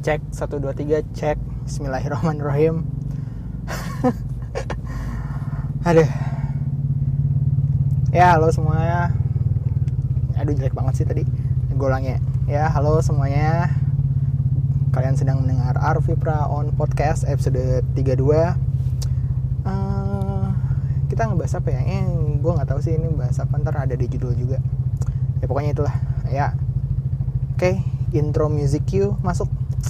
Cek 1 2 3 cek. Bismillahirrahmanirrahim. Aduh. Ya, halo semuanya. Aduh, jelek banget sih tadi golangnya. Ya, halo semuanya. Kalian sedang mendengar Arvipra on Podcast episode 32. Kita ngebahas apa ya? Gue nggak tahu sih ini bahas apa, ntar ada di judul juga. Ya pokoknya itulah. Ya. Oke, intro music cue masuk.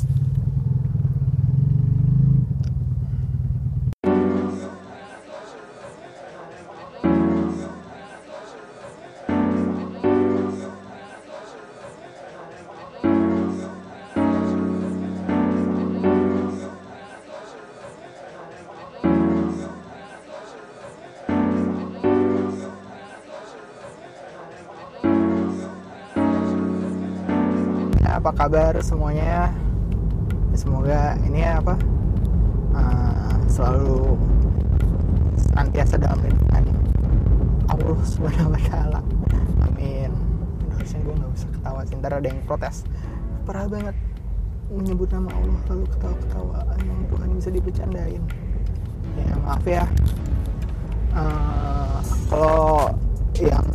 Apa kabar semuanya? Semoga ini selalu senantiasa dalam lindungan Allah Subhanahu wa Ta'ala. Amin. Harusnya gue nggak bisa ketawa sih, ntar ada yang protes. Parah banget menyebut nama Allah lalu ketawa-ketawa. Emang Tuhan bisa dibercandain? Ya maaf ya. Kalau yang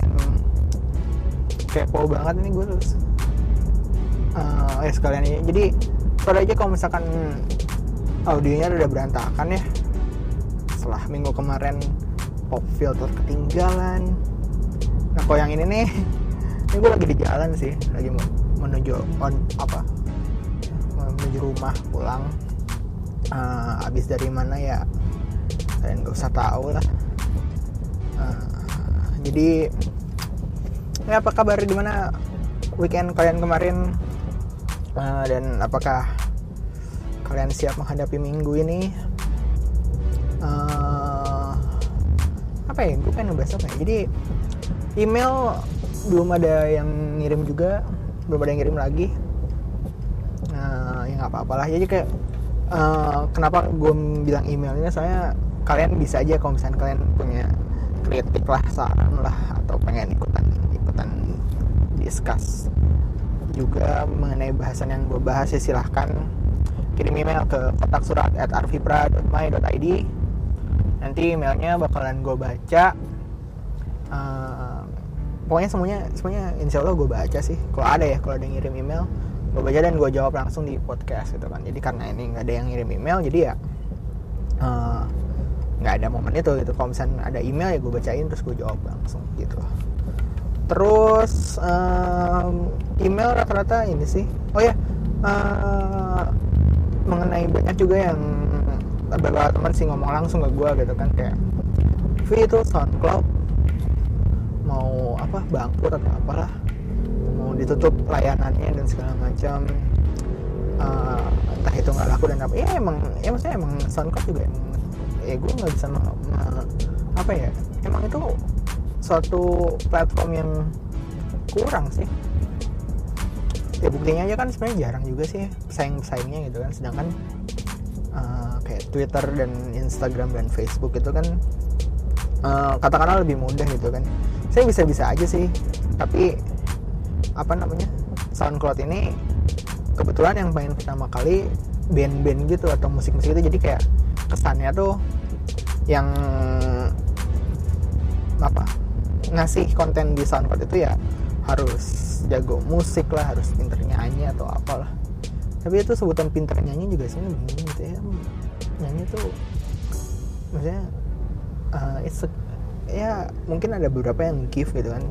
kepo banget ini gue terus. Sekalian ini. Jadi pada aja kalau misalkan audionya udah berantakan ya. Setelah minggu kemarin pop filter ketinggalan. Nah kalau yang ini nih, ini gue lagi di jalan sih, lagi menuju menuju rumah pulang. Abis dari mana ya? Kalian nggak usah tahu lah. Jadi ya apa kabar, di mana weekend kalian kemarin? Dan apakah kalian siap menghadapi minggu ini? Gue pengen ngebahas apa ya? Jadi email belum ada yang ngirim juga, belum ada yang ngirim lagi. Ya nggak apa-apalah. Jadi kayak kenapa gue bilang emailnya? Soalnya kalian bisa aja kalau misalnya kalian punya kritik lah, saran lah, atau pengen ikutan discuss juga mengenai bahasan yang gue bahas, ya silahkan kirim email ke kotak surat @arvipra.my.id. Nanti emailnya bakalan gue baca. Pokoknya semuanya insya Allah gue baca sih. Kalau ada yang ngirim email, gue baca dan gue jawab langsung di podcast gitu kan. Jadi karena ini nggak ada yang ngirim email, jadi ya nggak ada momen itu gitu. Kalau misalnya ada email ya gue bacain terus gue jawab langsung gitu. Terus email rata-rata ini sih. Mengenai banyak juga yang beberapa teman sih ngomong langsung ke gue gitu kan, kayak V itu SoundCloud mau bangkrut atau apalah, mau ditutup layanannya dan segala macam. Entah itu nggak laku dan apa. Maksudnya emang SoundCloud juga gue nggak bisa emang itu suatu platform yang kurang sih. Ya buktinya aja kan sebenarnya jarang juga sih pesaingnya gitu kan. Sedangkan kayak Twitter dan Instagram dan Facebook itu kan katakanlah lebih mudah gitu kan. Saya bisa aja sih. Tapi SoundCloud ini kebetulan yang main pertama kali band-band gitu atau musik-musik itu. Jadi kayak kesannya tuh yang ngasih konten di SoundCloud itu ya harus jago musik lah, harus pinter nyanyi atau apalah. Tapi itu sebutan pinter nyanyi juga sih bingung gitu ya. Nyanyi tuh maksudnya mungkin ada beberapa yang give gitu kan,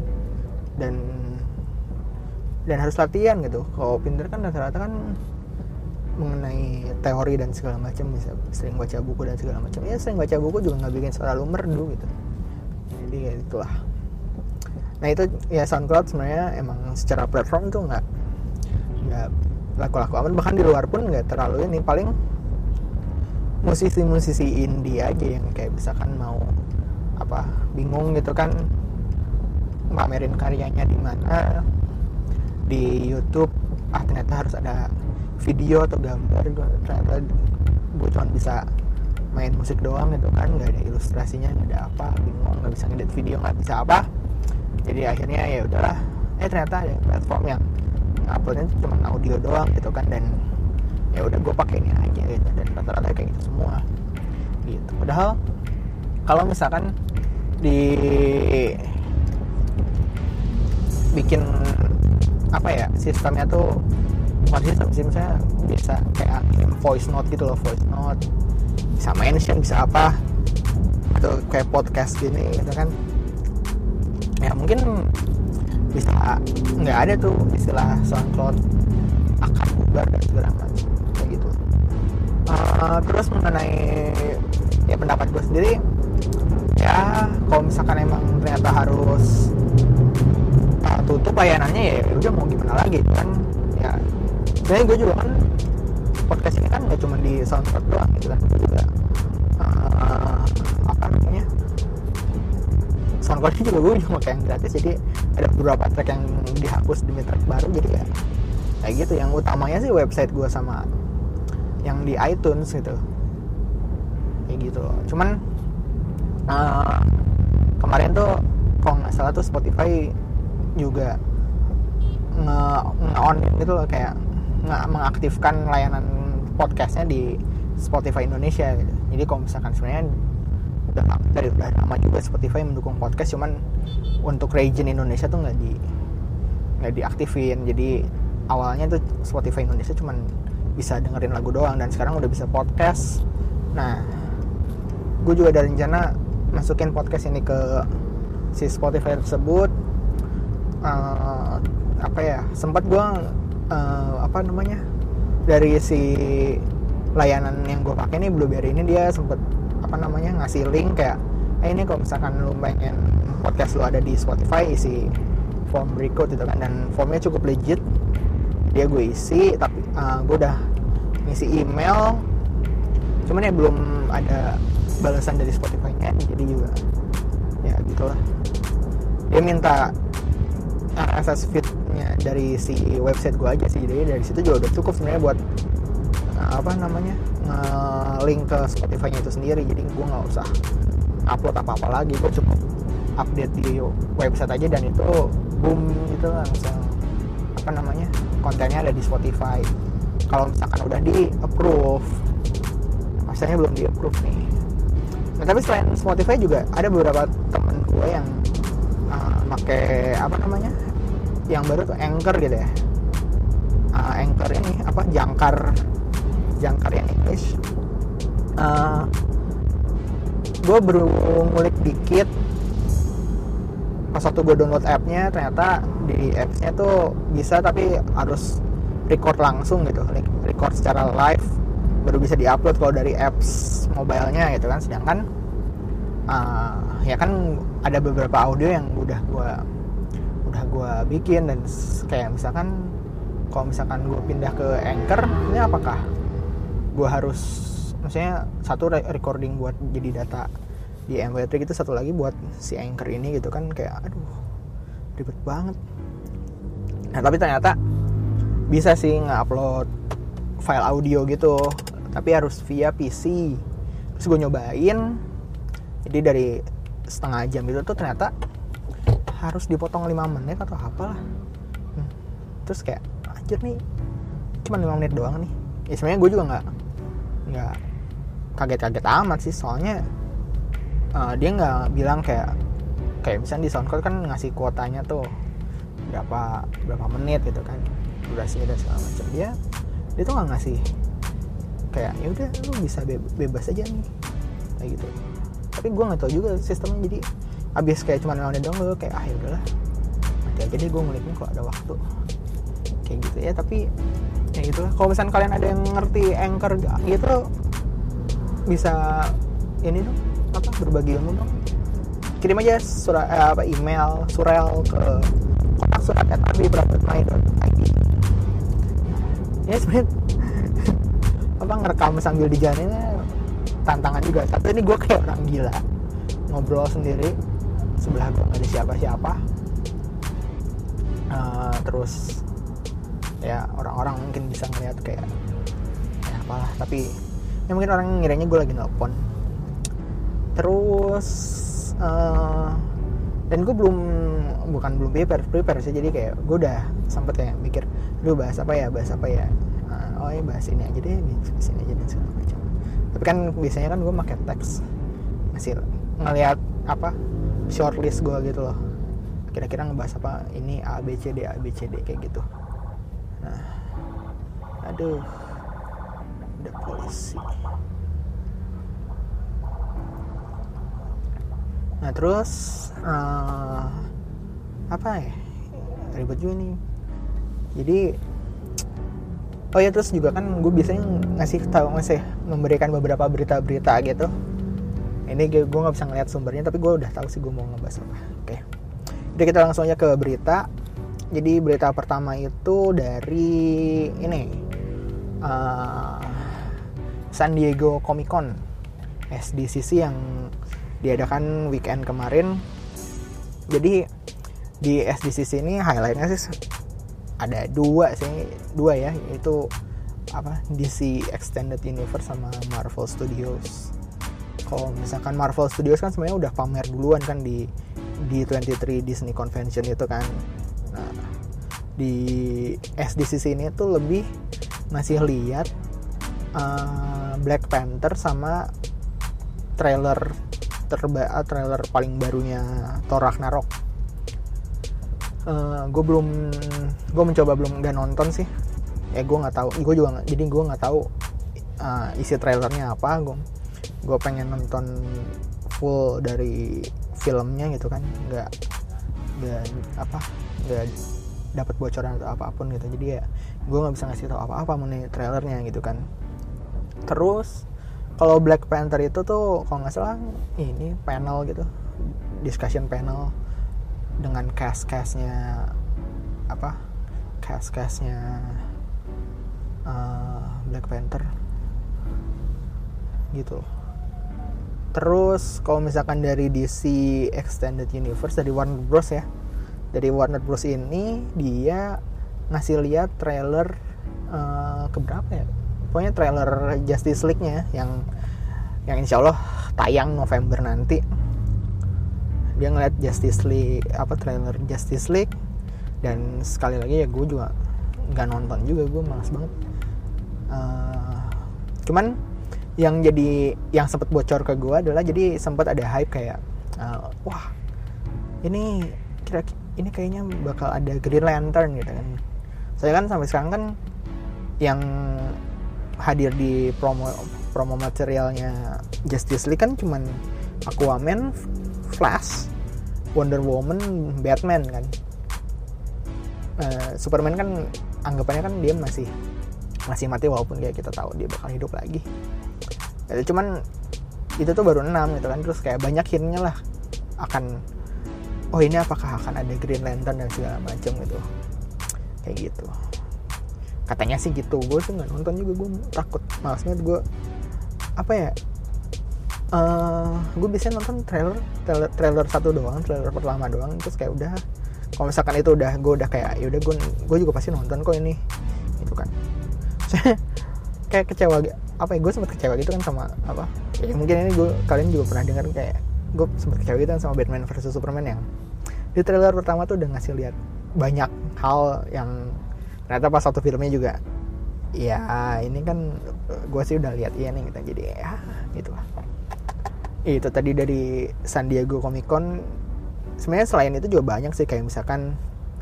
dan harus latihan gitu. Kalau pinter kan rata-rata kan mengenai teori dan segala macam, bisa sering baca buku dan segala macam. Ya sering baca buku juga nggak bikin suara lu merdu gitu. Jadi ya itulah. Nah itu ya SoundCloud sebenarnya emang secara platform tuh nggak laku-laku amat. Bahkan di luar pun nggak terlalu ini. Paling musisi-musisi indie aja yang kayak misalkan mau bingung gitu kan, pamerin karyanya di mana, di YouTube ternyata harus ada video atau gambar. Ternyata gue cuma bisa main musik doang gitu kan, nggak ada ilustrasinya, nggak ada apa, bingung, nggak bisa ngedit video, nggak bisa apa. Jadi akhirnya ya udahlah, ternyata ada platform yang uploadnya cuma audio doang gitu kan, dan ya udah gue pakai ini aja gitu, dan rata-rata kayak gitu semua gitu. Padahal kalau misalkan bikin apa ya, sistemnya tuh bukan sistem sih, misalnya bisa kayak voice note gitu loh, voice note bisa mention, bisa apa, atau kayak podcast gini gitu kan, ya mungkin bisa nggak ada tuh istilah SoundCloud akan bubar dan segala macam kayak gitu. Terus mengenai ya pendapat gue sendiri, ya kalau misalkan emang ternyata harus tutup layanannya, ya udah mau gimana lagi kan. Ya sebenarnya gue juga kan podcast ini kan nggak cuma di SoundCloud doang gitu kan, gue juga apa namanya, SoundCloud juga gue cuma kayak yang gratis, jadi ada beberapa track yang dihapus demi track baru, jadi ya kayak gitu. Yang utamanya sih website gue sama yang di iTunes gitu, kayak gitu loh. Cuman kemarin tuh kalau nggak salah tuh Spotify juga nge-on gitu loh, kayak mengaktifkan layanan podcastnya di Spotify Indonesia gitu. Jadi kalau misalkan sebenarnya udah lama juga Spotify mendukung podcast, cuman untuk region Indonesia tuh nggak diaktifin. Jadi awalnya tuh Spotify Indonesia cuman bisa dengerin lagu doang, dan sekarang udah bisa podcast. Nah, gue juga ada rencana masukin podcast ini ke si Spotify tersebut. Apa ya, sempat gue apa namanya, dari si layanan yang gue pakai ini, Blueberry ini, dia sempet apa namanya ngasih link kayak ini kalau misalkan lu pengen podcast lu ada di Spotify, isi form berikut gitu kan. Dan formnya cukup legit, dia gue isi, tapi gue udah ngisi email, cuman ya belum ada balasan dari Spotify-nya, jadi juga ya gitulah. Dia minta RSS feed-nya dari si website gue aja sih, jadi dari situ juga udah cukup sebenarnya buat apa namanya nge-link ke Spotify-nya itu sendiri. Jadi gue nggak usah upload apa-apa lagi, gue cukup update di website aja, dan itu boom gitu langsung apa namanya kontennya ada di Spotify. Kalau misalkan udah di approve, maksudnya belum di approve nih. Nah, tapi selain Spotify juga ada beberapa temen gue yang pakai apa namanya, yang baru tuh Anchor gitu ya. Anchor ini apa, Jangkar yang English. Gue baru ngulik dikit. Pas waktu gue download app-nya, ternyata di apps-nya tuh bisa, tapi harus record langsung gitu, record secara live baru bisa diupload kalau dari apps mobile-nya gitu kan. Sedangkan ya kan ada beberapa audio yang udah gue bikin, dan kayak misalkan kalau misalkan gue pindah ke Anchor ini, apakah gue harus maksudnya satu recording buat jadi data di MP3 gitu, satu lagi buat si Anchor ini gitu kan, kayak aduh ribet banget. Nah tapi ternyata bisa sih nge-upload file audio gitu, tapi harus via PC. Terus gue nyobain, jadi dari setengah jam itu tuh ternyata harus dipotong 5 menit atau apalah. Terus kayak anjir nih, cuma 5 menit doang nih. Ya sebenarnya gue juga nggak kaget-kaget amat sih, soalnya dia nggak bilang kayak misalnya di SoundCloud kan ngasih kuotanya tuh berapa menit gitu kan, durasinya dan segala macam. Dia tuh nggak ngasih kayak ya udah lu bisa bebas aja nih kayak gitu. Tapi gue nggak tahu juga sistemnya, jadi abis kayak cuma 5 menit doang lu kayak ya udahlah nanti aja deh gue nguliknya kalau ada waktu kayak gitu ya. Tapi ya gitulah, kalau misalnya kalian ada yang ngerti Anchor gitu, bisa ini dong apa, berbagi ilmu dong, kirim aja email surel ke kontak surat@ardi.my.id. Ya sebenarnya apa, ngerekam sambil di jalan ini tantangan juga. Satu, ini gue kayak orang gila ngobrol sendiri, sebelah gue nggak ada siapa-siapa. Terus ya orang-orang mungkin bisa ngeliat kayak ya apalah, tapi ya mungkin orang ngiranya gue lagi nelpon. Terus dan gue belum prepare sih, jadi kayak gue udah sempet kayak mikir, bahas apa ya, oh ya bahas ini aja deh, bahas ini aja dan segala macam. Tapi kan biasanya kan gue pakai teks, masih ngeliat apa shortlist gue gitu loh, kira-kira ngebahas apa, ini A B C D kayak gitu. Nah, aduh, ada polisi. Nah terus apa ya, ribet juga nih. Jadi oh ya, terus juga kan gue biasanya masih memberikan beberapa berita-berita gitu. Ini gue nggak bisa ngeliat sumbernya, tapi gue udah tahu sih gue mau ngebahas apa. Oke, jadi kita langsung aja ke berita. Jadi berita pertama itu dari ini San Diego Comic Con SDCC yang diadakan weekend kemarin. Jadi di SDCC ini highlightnya sih ada dua ya, yaitu apa, DC Extended Universe sama Marvel Studios. Kalau misalkan Marvel Studios kan sebenarnya udah pamer duluan kan di 23 Disney Convention itu kan. Nah, di SDCC ini tuh lebih ngasih lihat Black Panther sama trailer paling barunya Thor Ragnarok. Gue mencoba belum nggak nonton sih. Gue nggak tahu. Gue nggak tahu isi trailernya apa. Gue pengen nonton full dari filmnya gitu kan. Nggak dapat bocoran atau apapun gitu. Jadi ya gue nggak bisa ngasih tahu apa-apa mengenai trailernya gitu kan. Terus kalau Black Panther itu tuh kalau nggak salah ini panel gitu, discussion panel dengan cast-castnya Black Panther gitu. Terus kalau misalkan dari DC Extended Universe dari Warner Bros ya, dari Warner Bros ini dia ngasih lihat trailer keberapa ya, pokoknya trailer Justice League-nya yang insya Allah tayang November nanti. Dia ngeliat trailer Justice League, dan sekali lagi ya gue juga nggak nonton juga, gue malas banget. Cuman yang sempat bocor ke gue adalah, jadi sempat ada hype kayak wah ini kayaknya bakal ada Green Lantern gitu kan. Saya kan sampai sekarang kan yang hadir di promo materialnya Justice League kan cuman Aquaman, Flash, Wonder Woman, Batman kan. Superman kan anggapannya kan dia masih mati, walaupun kayak kita tahu dia bakal hidup lagi. Cuman itu tuh baru 6 gitu kan. Terus kayak banyak hintnya lah akan ini apakah akan ada Green Lantern dan segala macam gitu. Kayak gitu. Katanya sih gitu. Gue tuh nggak nonton juga, gue takut. Maksudnya gue gue biasanya nonton trailer satu doang, trailer pertama doang. Terus kayak udah, kalau misalkan itu udah, gue udah kayak ya udah gue juga pasti nonton kok ini gitu kan. Kayak kecewa gue sempat kecewa gitu kan sama mungkin ini kalian juga pernah dengar, kayak gue sempat kecewa gitu kan sama Batman versus Superman, yang di trailer pertama tuh udah ngasih lihat banyak hal yang ternyata pas satu filmnya juga ya ini kan gue sih udah lihat nih gitu. Jadi ya gitu lah. Itu tadi dari San Diego Comic Con. Sebenarnya selain itu juga banyak sih, kayak misalkan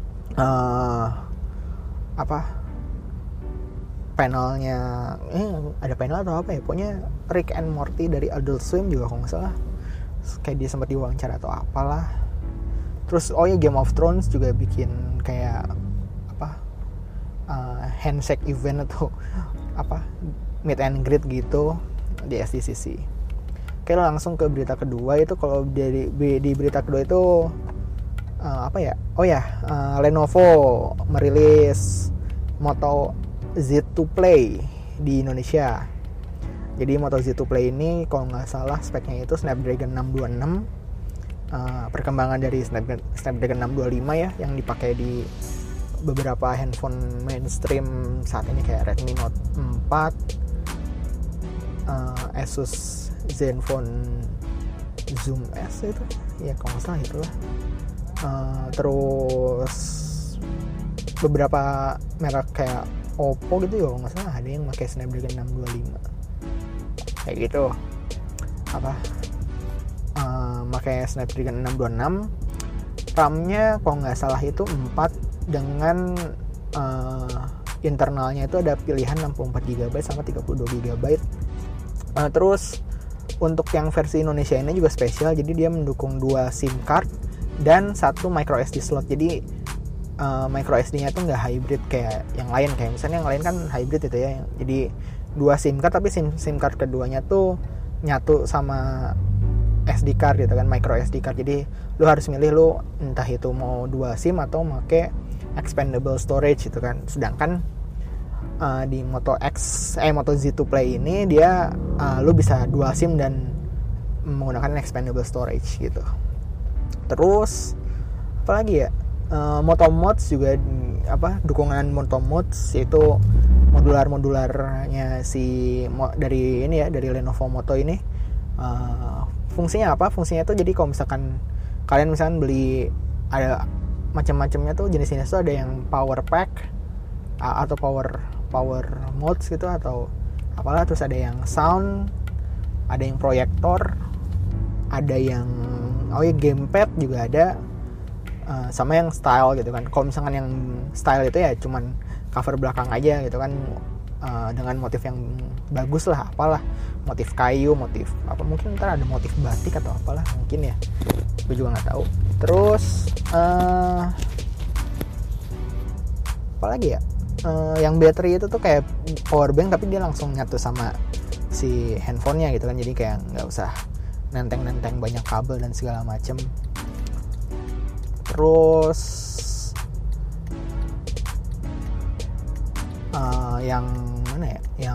panelnya ada panel atau apa ya, pokoknya Rick and Morty dari Adult Swim juga kalau nggak salah, kayak dia sempat diwawancara atau apalah. Terus Game of Thrones juga bikin kayak handshake event atau meet and greet gitu di SDCC. Oke, langsung ke berita kedua. Itu kalau di berita kedua itu Lenovo merilis Moto Z2 Play di Indonesia. Jadi Moto Z2 Play ini kalau nggak salah speknya itu Snapdragon 626, perkembangan dari Snapdragon 625 ya, yang dipakai di beberapa handphone mainstream saat ini kayak Redmi Note 4, Asus Zenfone Zoom S itu ya kalau nggak salah itulah. Terus beberapa merek kayak Oppo gitu ya, nggak salah ada yang pakai Snapdragon 625 kayak gitu. Pakai Snapdragon 626, RAM-nya kalau nggak salah itu 4 dengan internalnya itu ada pilihan 64GB sama 32GB. Terus untuk yang versi Indonesia ini juga spesial, jadi dia mendukung 2 SIM card dan 1 micro SD slot. Jadi micro SD-nya tuh nggak hybrid kayak yang lain, kayak misalnya yang lain kan hybrid itu ya. Jadi 2 SIM card tapi SIM card keduanya tuh nyatu sama SD card gitu kan, micro SD card. Jadi lu harus milih lu entah itu mau 2 SIM atau pakai expandable storage gitu kan. Sedangkan di Moto Z2 Play ini dia lu bisa 2 SIM dan menggunakan expandable storage gitu. Terus apalagi ya, Moto Mods juga dukungan Moto Mods yaitu modularnya dari Lenovo Moto ini. Fungsinya apa? Fungsinya tuh jadi kalau misalkan kalian misalkan beli, ada macam-macamnya tuh, jenis-jenis tuh ada yang power pack atau power modes gitu atau apalah, terus ada yang sound, ada yang proyektor, ada yang gamepad juga ada, sama yang style gitu kan. Kalau misalkan yang style itu ya cuman cover belakang aja gitu kan, dengan motif yang bagus lah, apalah, motif kayu, motif apa, mungkin ntar ada motif batik atau apalah mungkin ya, gue juga nggak tahu. Terus apalagi ya, yang battery itu tuh kayak power bank tapi dia langsung nyatu sama si handphonenya gitu kan, jadi kayak nggak usah nenteng banyak kabel dan segala macem. Terus yang mana ya, yang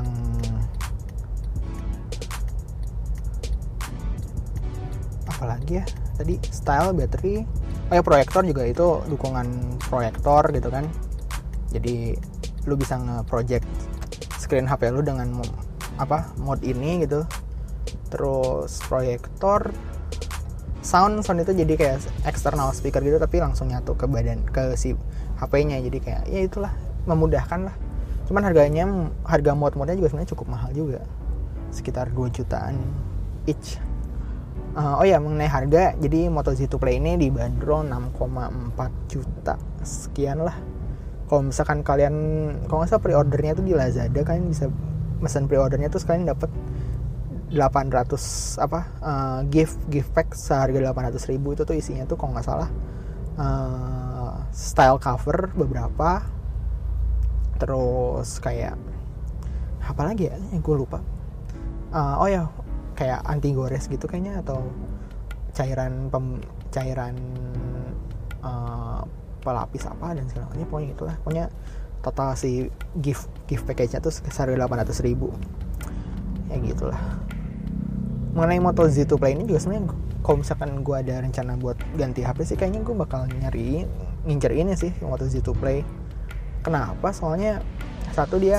apalagi ya tadi, style, battery, proyektor juga, itu dukungan proyektor gitu kan. Jadi lu bisa nge-project screen HP lu dengan mode ini gitu. Terus proyektor, sound itu jadi kayak external speaker gitu tapi langsung nyatu ke si HP-nya, jadi kayak ya itulah, memudahkan lah. Cuman harga mod-modnya juga sebenarnya cukup mahal juga, sekitar 2 jutaan each. Mengenai harga, jadi Moto Z2 Play ini dibanderol 6,4 juta sekian lah. Kalau misalkan kalian, kalau nggak salah pre-ordernya tuh di Lazada, kalian bisa pesan pre-ordernya tuh sekalian dapat 800 gift pack seharga 800.000. Itu tuh isinya tuh kalau nggak salah style cover beberapa, terus kayak apa lagi ya, gue lupa. Kayak anti gores gitu kayaknya, atau cairan pelapis apa dan segala macamnya, pokoknya itulah. Pokoknya total si gift package-nya tuh seharga 800.000 ya gitulah. Mengenai Moto Z2 Play ini juga sebenarnya, kalau misalkan gue ada rencana buat ganti HP sih, kayaknya gue bakal ngincer ini sih, Moto Z2 Play. Kenapa? Soalnya satu, dia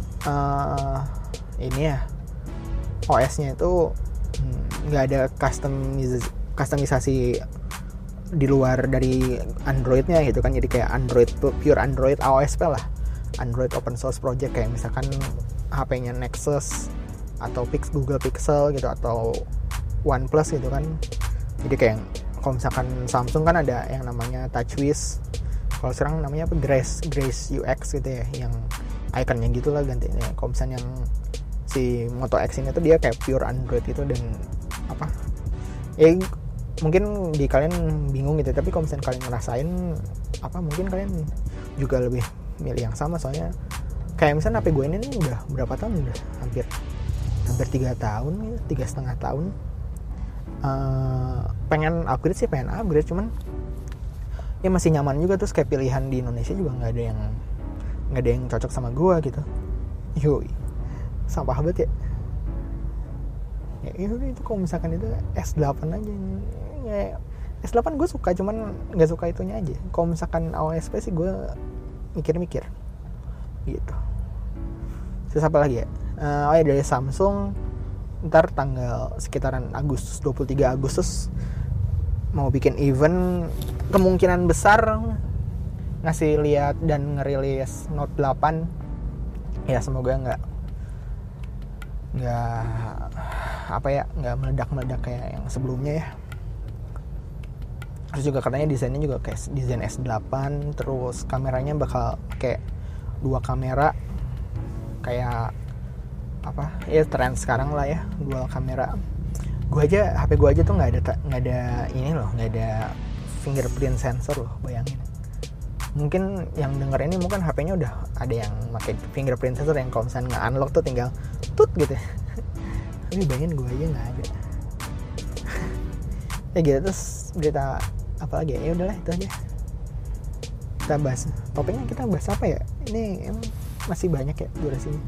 ini ya, OS-nya itu nggak ada customisasi di luar dari Android-nya gitu kan. Jadi kayak pure Android AOSP lah, Android open source project, kayak misalkan HP-nya Nexus atau Google Pixel gitu, atau OnePlus gitu kan. Jadi kayak kalau misalkan Samsung kan ada yang namanya TouchWiz, kalau sekarang namanya Grace UX gitu ya, yang ikonnya gitulah gantinya. Kalau misalnya yang si Moto X ini tuh dia kayak pure Android gitu, dan mungkin di kalian bingung gitu, tapi kalau misalnya kalian ngerasain mungkin kalian juga lebih milih yang sama. Soalnya kayak misalnya HP gue ini nih udah berapa tahun, udah hampir 3 tahun gitu, 3,5 tahun. Pengen upgrade, cuman ya masih nyaman juga. Terus kayak pilihan di Indonesia juga nggak ada yang cocok sama gue gitu. Yoi, sampah banget ya. Ya itu kalau misalkan itu S8 aja ya. S8 gue suka, cuman nggak suka itunya aja. Kalau misalkan AOSP sih gue mikir-mikir gitu. Terus apa lagi ya? Dari Samsung, ntar tanggal sekitaran 23 Agustus mau bikin event, kemungkinan besar ngasih lihat dan ngerilis Note 8 ya semoga nggak nggak meledak kayak yang sebelumnya ya. Terus juga katanya desainnya juga kayak desain S8, terus kameranya bakal kayak 2 kamera kayak apa ya, tren sekarang lah ya, dual kamera. HP gue aja tuh nggak ada ini loh, nggak ada fingerprint sensor loh, bayangin. Mungkin yang denger ini mungkin HP-nya udah ada yang pakai fingerprint sensor yang kalau misalnya nge-unlock tuh tinggal tut gitu. Tapi bayangin gue aja nggak ada. Ya gitu. Terus berita apa lagi ya? Ya udahlah itu aja. Kita bahas topiknya, kita bahas apa ya? Ini masih banyak ya durasinya.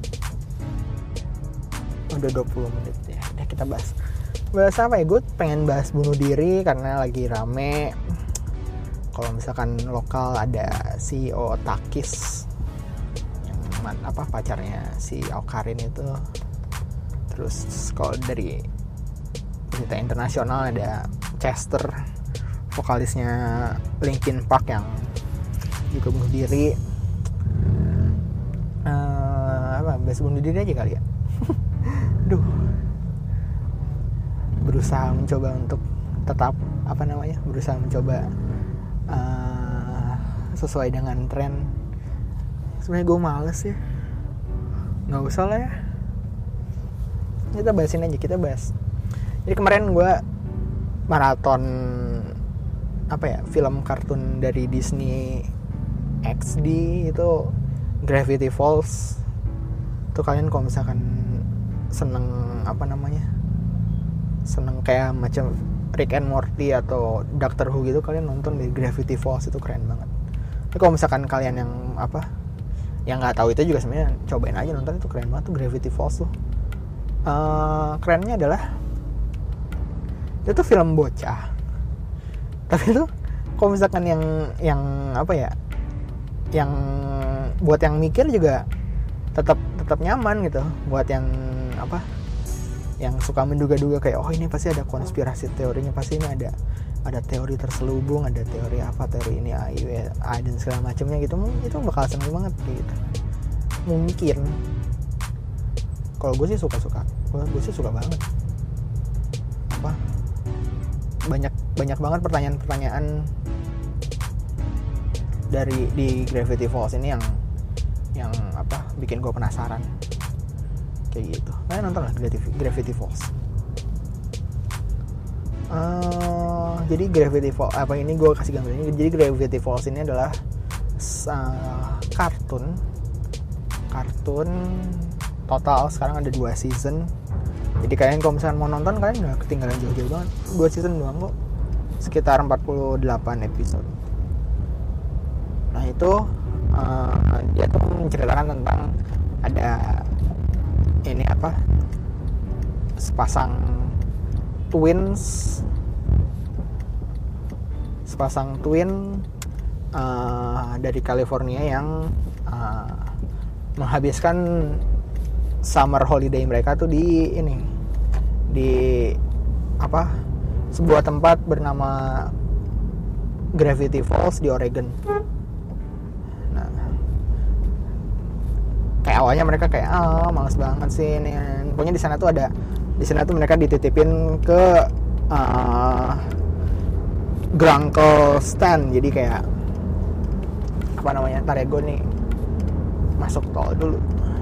Udah 20 menit ya. Udah kita bahas apa ya? Gue pengen bahas bunuh diri karena lagi rame. Kalau misalkan lokal ada CEO Takis yang pacarnya si Awkarin itu. Terus kalau dari berita internasional ada Chester, vokalisnya Linkin Park yang juga bunuh diri. Bahas bunuh diri aja kali ya. Duh, berusaha mencoba untuk tetap berusaha mencoba sesuai dengan tren. Sebenarnya gue males ya, nggak usah lah ya, kita bahasin aja. Kita bahas, jadi kemarin gue maraton film kartun dari Disney XD itu Gravity Falls. Tuh kalian kalau misalkan seneng seneng kayak macam Rick and Morty atau Doctor Who gitu, kalian nonton di Gravity Falls, itu keren banget. Tapi kalau misalkan kalian yang nggak tahu itu juga sebenarnya cobain aja nonton, itu keren banget tuh Gravity Falls tuh. Kerennya adalah itu tuh film bocah, tapi tuh kalau misalkan yang yang buat yang mikir juga tetap nyaman gitu. Buat yang yang suka menduga-duga kayak ini pasti ada konspirasi teorinya, pasti ini ada teori terselubung, ada teori ini A dan segala macamnya gitu, itu bakal seneng banget gitu. Mungkin kalau gue sih suka banget. Banyak banget pertanyaan di Gravity Falls ini yang bikin gue penasaran kayak gitu. Kalian nonton lah Gravity Falls. Jadi Gravity Falls ini gue kasih gambar ini. Jadi Gravity Falls ini adalah kartun total sekarang ada 2 season. Jadi kalian kalau misalnya mau nonton, kalian udah ketinggalan jauh-jauh banget. 2 season doang kok, sekitar 48 episode. Nah itu dia tuh menceritakan tentang ada sepasang twin dari California yang menghabiskan summer holiday mereka tuh di sebuah tempat bernama Gravity Falls di Oregon. Nah, kayak awalnya mereka kayak malas banget sih ini. Pokoknya di sana tuh mereka dititipin ke Grunkle Stan. Jadi kayak ntar ya gue nih masuk tol dulu.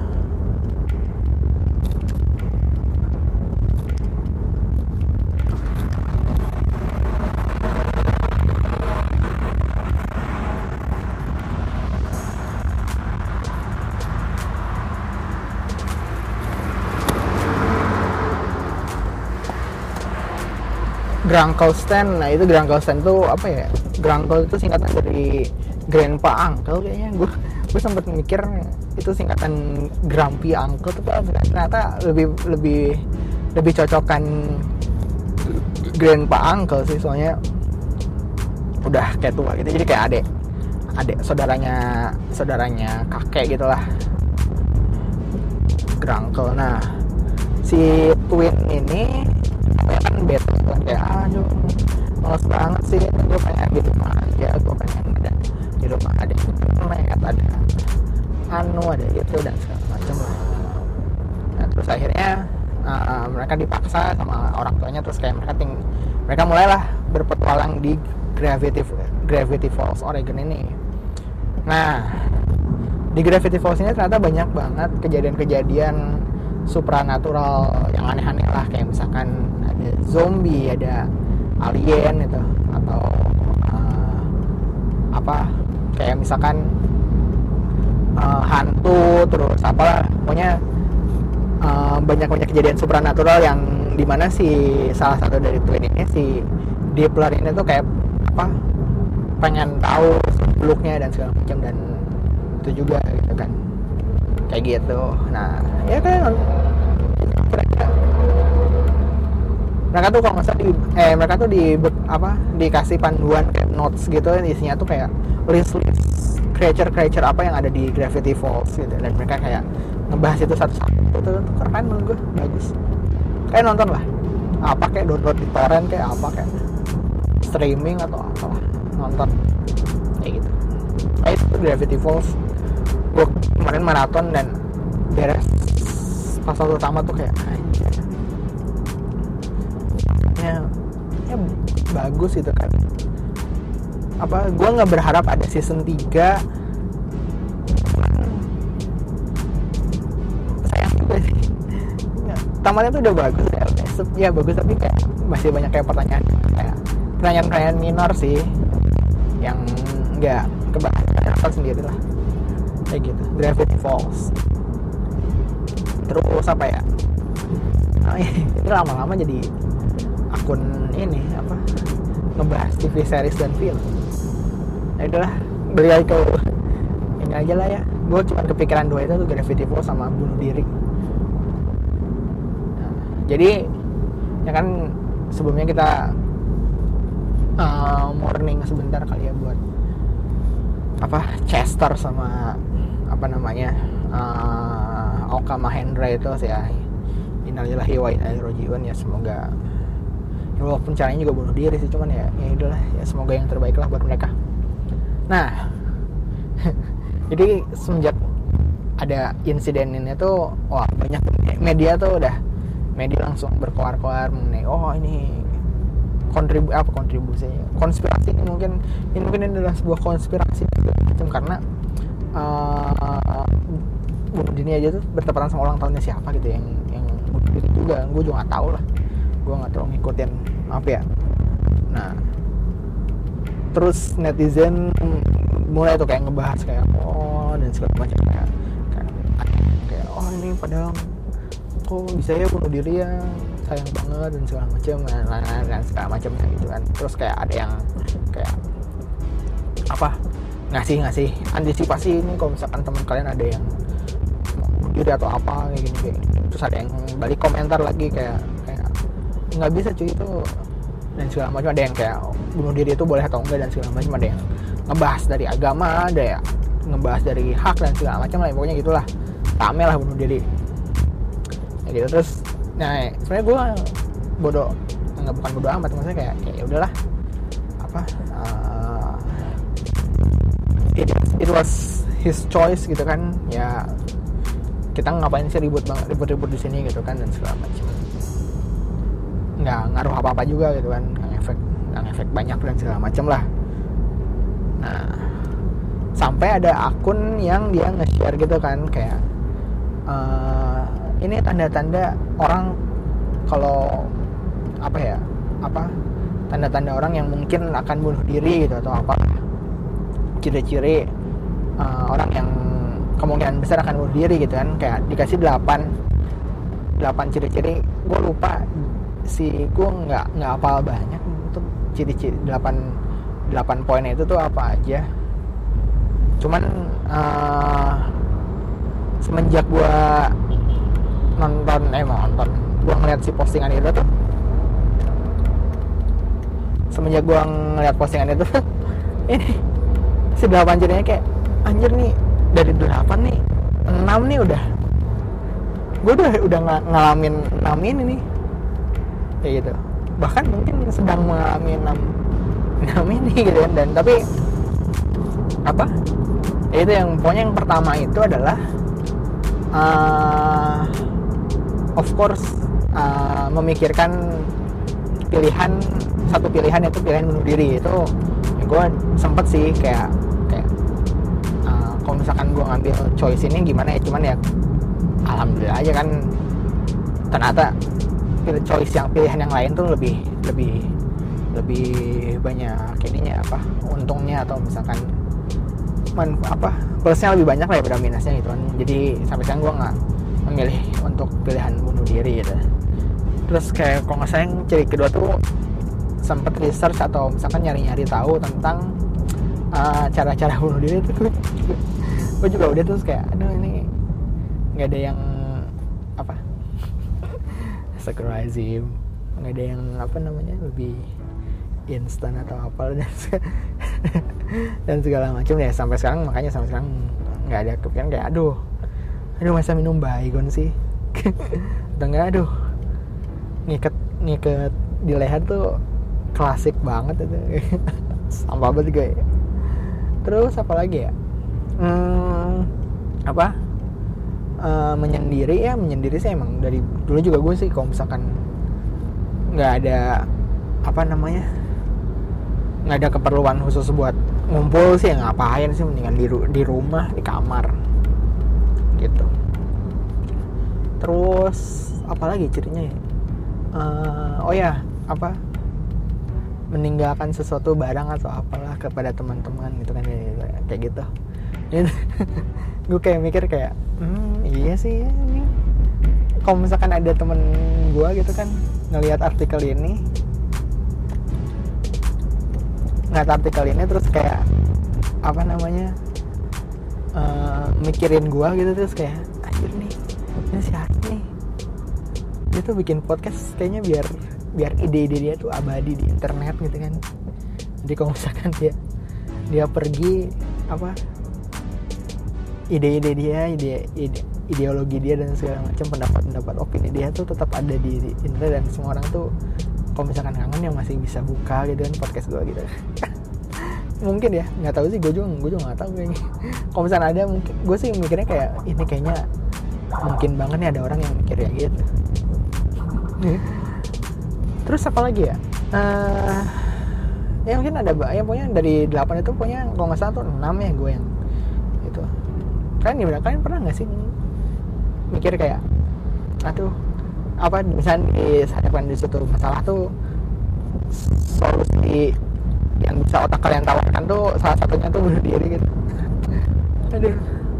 Grunkle Stan. Nah itu Grunkle Stan tuh Grunkle itu singkatan dari Grandpa Uncle kayaknya. Gue sempat mikir itu singkatan Grumpy Uncle, tapi ternyata lebih cocokkan Grandpa Uncle sih, soalnya udah kayak tua gitu, jadi kayak adik saudaranya kakek gitulah, Grunkle. Nah si twin ini kan bete kan, kayak males banget sih, gue pengen di rumah aja, gue pengen ada di rumah ada internet, ada anu, ada itu dan segala macam lah. Nah terus akhirnya mereka dipaksa sama orang tuanya, terus kayak mereka mulailah berpetualang di Gravity Falls Oregon ini. Nah di Gravity Falls ini ternyata banyak banget kejadian-kejadian supranatural yang aneh-aneh lah, kayak misalkan ada zombie, ada alien itu, atau kayak misalkan hantu, terus apalah, pokoknya banyak kejadian supranatural yang dimana si salah satu dari twin ini, si Dippler ini tuh kayak pengen tahu beluknya dan segala macam, dan itu juga gitu kan, kayak gitu. Nah ya kan mereka tuh kalau nggak salah mereka tuh dikasih panduan kayak notes gitu, isinya tuh kayak list creature apa yang ada di Gravity Falls gitu, dan mereka kayak ngebahas itu satu-satu. Itu keren menurut gue, bagus. Kayak nonton lah, kayak download di torrent, kayak kayak streaming atau apalah, nonton kayak gitu. Kayak itu Gravity Falls, gue kemarin maraton dan beres pasal utama tuh kayak ya bagus itu kan. Gue nggak berharap ada season 3. Sayang juga sih, tamatnya tuh udah bagus ya bagus, tapi kayak masih banyak kayak pertanyaan minor sih yang nggak kebahas, nonton sendiri lah kayak gitu. Gravity Falls. Terus apa ya, ini lama-lama jadi akun ini ngebahas TV series dan film. Ya udahlah, beli aja ke ini aja lah ya. Gue cuma kepikiran dua itu tuh, Gravity Falls sama bunuh diri. Nah, jadi ya kan sebelumnya kita morning sebentar kali ya buat Chester sama Oka Mahendra itu sih ya. Innalillahi wa inna ilaihi raji'un ya, semoga ya, walaupun caranya juga bunuh diri sih, cuman ya udahlah ya, semoga yang terbaik lah buat mereka. Nah jadi semenjak ada insiden ini tuh banyak media langsung berkoar-koar mengenai ini kontribusinya konspirasi ini mungkin adalah sebuah konspirasi macam, karena bunuh diri aja tuh bertepatan sama ulang tahunnya siapa gitu yang bunuh diri juga. Gue juga nggak tahu lah, gue nggak terlalu ngikutin, maaf ya. Nah terus netizen mulai tuh kayak ngebahas kayak dan segala macam, kayak ini padahal kok bisa ya bunuh diri ya, sayang banget dan segala macam dan segala macamnya gitu kan. Terus kayak ada yang kayak ngasih antisipasi ini kalau misalkan teman kalian ada yang bunuh diri atau apa kayak gini. Terus ada yang balik komentar lagi kayak nggak bisa cuy itu dan segala macam. Ada yang kayak bunuh diri itu boleh atau enggak dan segala macam. Ada yang ngebahas dari agama, ada yang ngebahas dari hak dan segala macam lah. Pokoknya gitulah, rame lah bunuh diri ya gitu. Terus sebenarnya gue bukan bodo amat, maksudnya kayak ya udahlah, it was his choice gitu kan ya. Kita ngapain sih ribut di sini gitu kan, dan segala macam. Nggak ngaruh apa-apa juga gitu kan, nggak efek banyak dan segala macam lah. Nah sampai ada akun yang dia nge-share gitu kan, kayak ini tanda-tanda orang kalau tanda-tanda orang yang mungkin akan bunuh diri gitu, atau ciri-ciri orang yang kemungkinan besar akan bunuh diri gitu kan. Kayak dikasih 8 ciri-ciri. Gue lupa sih, gue nggak hafal banyak untuk ciri-ciri 8 poinnya itu tuh apa aja. Cuman semenjak gue gue ngeliat si postingan itu tuh, semenjak gue ngeliat postingan itu ini si 8 cirinya kayak anjir nih, dari 8 nih 6 nih gue udah ngalamin 6 ini nih kayak gitu. Bahkan mungkin sedang mengalami 6 ini gitu kan. Dan tapi Itu yang pokoknya yang pertama itu adalah of course memikirkan satu pilihan itu pilihan bunuh diri. Itu ya gue sempet sih kayak kalau misalkan gue ngambil choice ini gimana ya, cuman ya alhamdulillah aja kan ternyata pilihan yang lain tuh lebih banyak ininya untungnya, atau misalkan plusnya lebih banyak lah daripada minusnya gitu kan. Jadi sampai sekarang gue nggak memilih untuk pilihan bunuh diri gitu. Terus kayak kalau nggak salah yang ciri kedua tuh sempet research atau misalkan nyari tahu tentang cara-cara bunuh diri itu. Gue juga udah terus kayak aduh ini nggak ada yang Astagfirullahaladzim, nggak ada yang lebih instan atau apa dan segala macam ya. Sampai sekarang nggak ada kepikiran kayak aduh masa minum baygon sih atau nggak ngikat di leher tuh klasik banget itu sampah banget gue. Terus apa lagi ya, menyendiri sih emang dari dulu juga gue sih kalau misalkan nggak ada nggak ada keperluan khusus buat ngumpul sih ya ngapain sih, mendingan di rumah di kamar gitu. Terus apalagi cirinya ya, meninggalkan sesuatu barang atau apalah kepada teman-teman gitu kan, kayak gitu. Gue kayak mikir kayak iya sih ya, ini kalau misalkan ada temen gue gitu kan ngelihat artikel ini terus kayak mikirin gue gitu, terus kayak anjir nih ini siapa nih, dia tuh bikin podcast kayaknya biar ide-ide dia tuh abadi di internet gitu kan. Jadi kalau misalkan dia pergi ide-ide dia, ideologi dia dan segala macam, pendapat opini dia tuh tetap ada di internet, dan semua orang tuh kalau misalkan kangen yang masih bisa buka gitu kan podcast gue gitu. Mungkin ya, nggak tahu sih, gue juga nggak tahu kayaknya. Kalau misalkan ada, mungkin gue sih mikirnya kayak ini kayaknya mungkin banget nih ada orang yang mikir ya gitu. Terus apa lagi ya? Ya mungkin ada ya, pokoknya dari 8 itu pokoknya kalau nggak salah tuh 6 ya gue yang itu. Kalian pernah nggak sih mikir kayak aduh misalnya dihadapkan di suatu masalah tuh, solusi yang bisa otak kalian tawarkan tuh salah satunya tuh bunuh diri gitu. Aduh,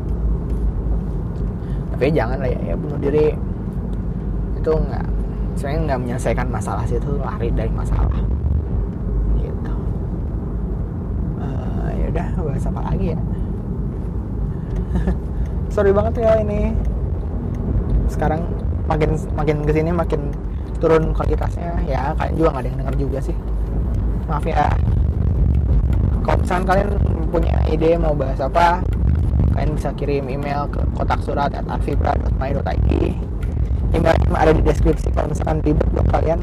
tapi jangan lah ya bunuh diri itu sebenarnya nggak menyelesaikan masalah sih, itu lari dari masalah gitu. Ya udah, bahas apa lagi ya? Sorry banget ya ini. Sekarang makin kesini makin turun kualitasnya ya. Kalian juga nggak ada yang denger juga sih. Maaf ya. Kalau misalkan kalian punya ide mau bahas apa, kalian bisa kirim email ke kotaksurat@arvibra.my.id. Emailnya ada di deskripsi. Kalau misalkan ribet buat kalian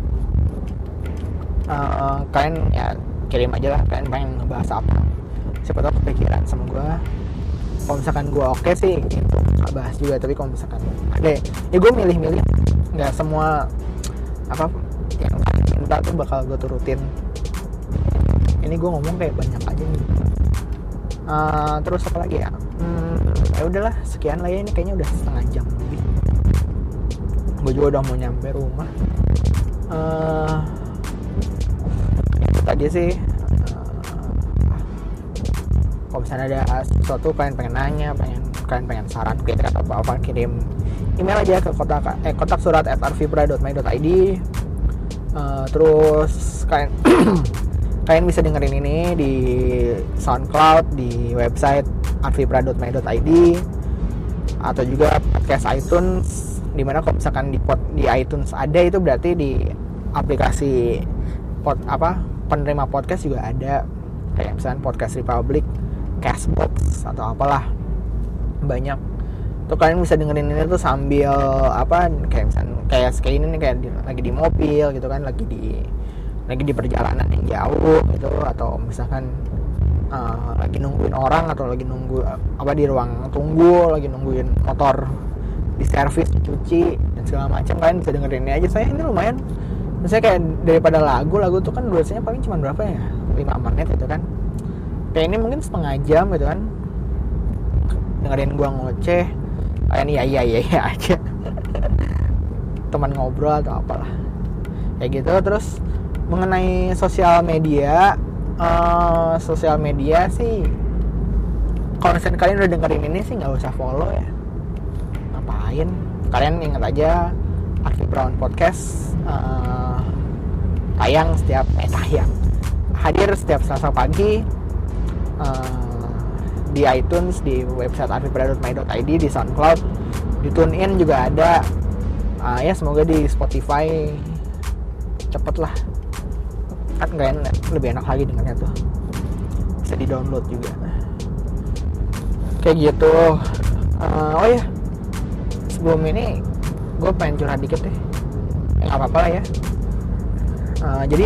ya kirim aja lah, kalian pengen ngebahas apa, siapa tahu kepikiran sama gue. Kalau misalkan gue oke sih gitu, gak bahas juga. Tapi kalau misalkan ada ya gue milih-milih, nggak semua yang kalian minta tuh bakal gue turutin. Ini gue ngomong kayak banyak aja nih. Terus apa lagi ya? Ya udahlah, sekian lah ya, ini kayaknya udah setengah jam lebih. Gue juga udah mau nyampe rumah. Itu tadi sih. Kalau misalnya ada sesuatu kalian pengen nanya, kalian pengen saran kritik atau apa, kirim email aja ke kotaksurat@arvibra.my.id. Terus kalian bisa dengerin ini di SoundCloud, di website arvibra.my.id, atau juga podcast iTunes. Dimana kalau misalkan di iTunes ada, itu berarti di aplikasi penerima podcast juga ada, kayak misalkan Podcast Republic, Castbox atau apalah, banyak tuh. Kalian bisa dengerin ini tuh sambil kayak misalkan kayak ini nih, kayak lagi di mobil gitu kan, lagi di perjalanan yang jauh gitu, atau misalkan lagi nungguin orang atau lagi nunggu apa di ruang tunggu, lagi nungguin motor di servis, dicuci dan segala macam, kalian bisa dengerin ini aja. Saya ini lumayan, misalnya kayak daripada lagu tuh kan durasinya paling cuma berapa ya, 5 menit gitu kan, kayak ini mungkin setengah jam gitu kan, dengerin gua ngoceh, kalian iya aja teman ngobrol atau apalah kayak gitu. Terus mengenai sosial media sih, kalau misalnya kalian udah dengerin ini sih nggak usah follow ya, ngapain. Kalian ingat aja Arfi Brown Podcast hadir setiap Selasa pagi di iTunes, di website arfibra.my.id, di SoundCloud, di TuneIn juga ada. Ya semoga di Spotify cepet lah, kan lebih enak lagi dengannya tuh, bisa di download juga kayak gitu. Oh ya, sebelum ini gue pengen curhat dikit deh, nggak apa-apa lah ya. Jadi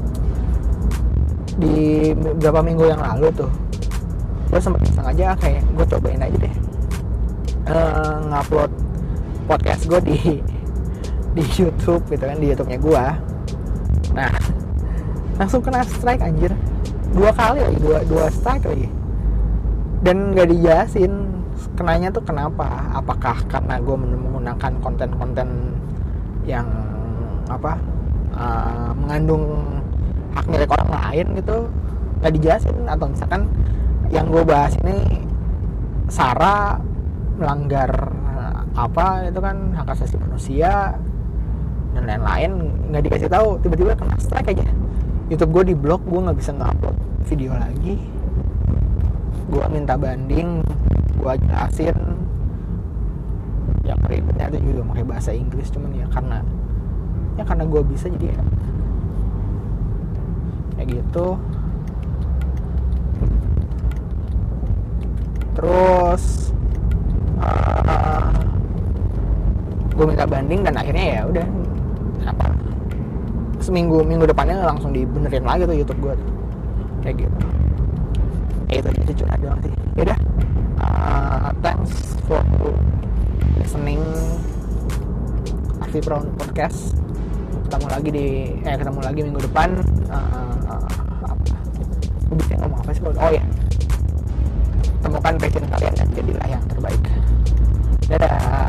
di beberapa minggu yang lalu tuh gue sempat sengaja kayak gue cobain aja deh ngupload podcast gue di YouTube gitu kan, di YouTube-nya gue. Nah, langsung kena strike anjir, 2 kali lagi, dua strike lagi, dan nggak dijelasin kenanya tuh kenapa. Apakah karena gue menggunakan konten-konten yang mengandung hak milik orang lain gitu, nggak dijelasin, atau misalkan yang gue bahas ini sara melanggar apa itu kan, hak asasi manusia dan lain-lain, nggak dikasih tahu, tiba-tiba kena strike aja. YouTube gue di blok, gue nggak bisa ngupload video lagi. Gue minta banding, gue jelasin, yang ribetnya itu juga pakai bahasa Inggris, cuman ya karena gue bisa jadi ya kayak gitu. Terus gue minta banding dan akhirnya ya udah minggu depannya langsung dibenerin lagi tuh YouTube gue tuh. Kayak gitu. Itu aja curhat doang sih. Yaudah, thanks for listening Arfi Brown Podcast. Ketemu lagi minggu depan. Gue bisa ngomong apa sih? Oh ya, temukan passion kalian dan jadilah yang terbaik. Dadah.